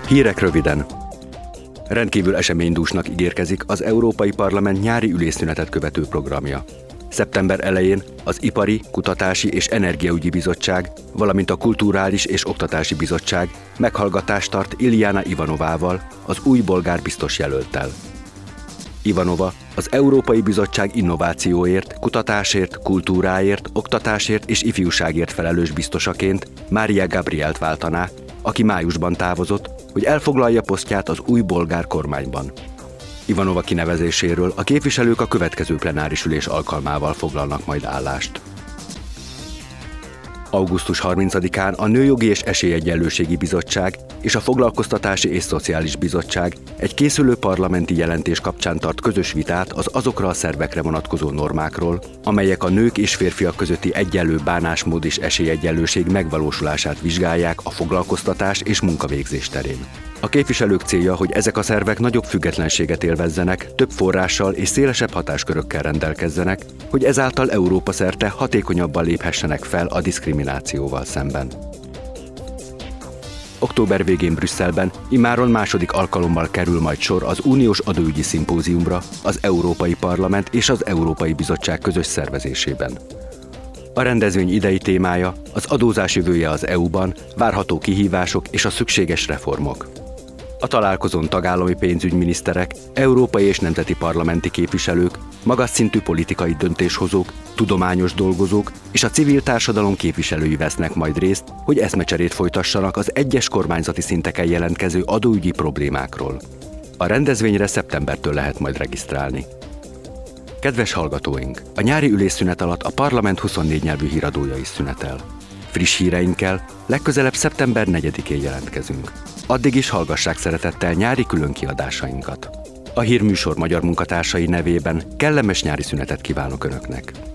Hírek röviden. Rendkívül eseménydúsnak ígérkezik az Európai Parlament nyári ülésszünetet követő programja. Szeptember elején az Ipari, Kutatási és Energiaügyi Bizottság, valamint a Kulturális és Oktatási Bizottság meghallgatást tart Iliana Ivanovával, az új bolgár biztos jelölttel. Ivanova az Európai Bizottság innovációért, kutatásért, kultúráért, oktatásért és ifjúságért felelős biztosaként Mária Gabrielt váltaná, aki májusban távozott, hogy elfoglalja posztját az új bolgár kormányban. Ivanova kinevezéséről a képviselők a következő plenáris ülés alkalmával foglalnak majd állást. Augusztus 30-án a Nőjogi és Esélyegyenlőségi Bizottság és a Foglalkoztatási és Szociális Bizottság egy készülő parlamenti jelentés kapcsán tart közös vitát az azokra a szervekre vonatkozó normákról, amelyek a nők és férfiak közötti egyenlő bánásmód és esélyegyenlőség megvalósulását vizsgálják a foglalkoztatás és munkavégzés terén. A képviselők célja, hogy ezek a szervek nagyobb függetlenséget élvezzenek, több forrással és szélesebb hatáskörökkel rendelkezzenek, hogy ezáltal Európa szerte hatékonyabban léphessenek fel a diszkriminációval szemben. Október végén Brüsszelben immáron második alkalommal kerül majd sor az uniós adóügyi szimpóziumra az Európai Parlament és az Európai Bizottság közös szervezésében. A rendezvény idei témája az adózás jövője az EU-ban, várható kihívások és a szükséges reformok. A találkozón tagállami pénzügyminiszterek, európai és nemzeti parlamenti képviselők, magas szintű politikai döntéshozók, tudományos dolgozók és a civil társadalom képviselői vesznek majd részt, hogy eszmecserét folytassanak az egyes kormányzati szinteken jelentkező adóügyi problémákról. A rendezvényre szeptembertől lehet majd regisztrálni. Kedves hallgatóink! A nyári ülésszünet alatt a parlament 24 nyelvű híradója is szünetel. Friss híreinkkel legközelebb szeptember 4-én jelentkezünk. Addig is hallgassák szeretettel nyári különkiadásainkat. A hírműsor magyar munkatársai nevében kellemes nyári szünetet kívánok Önöknek!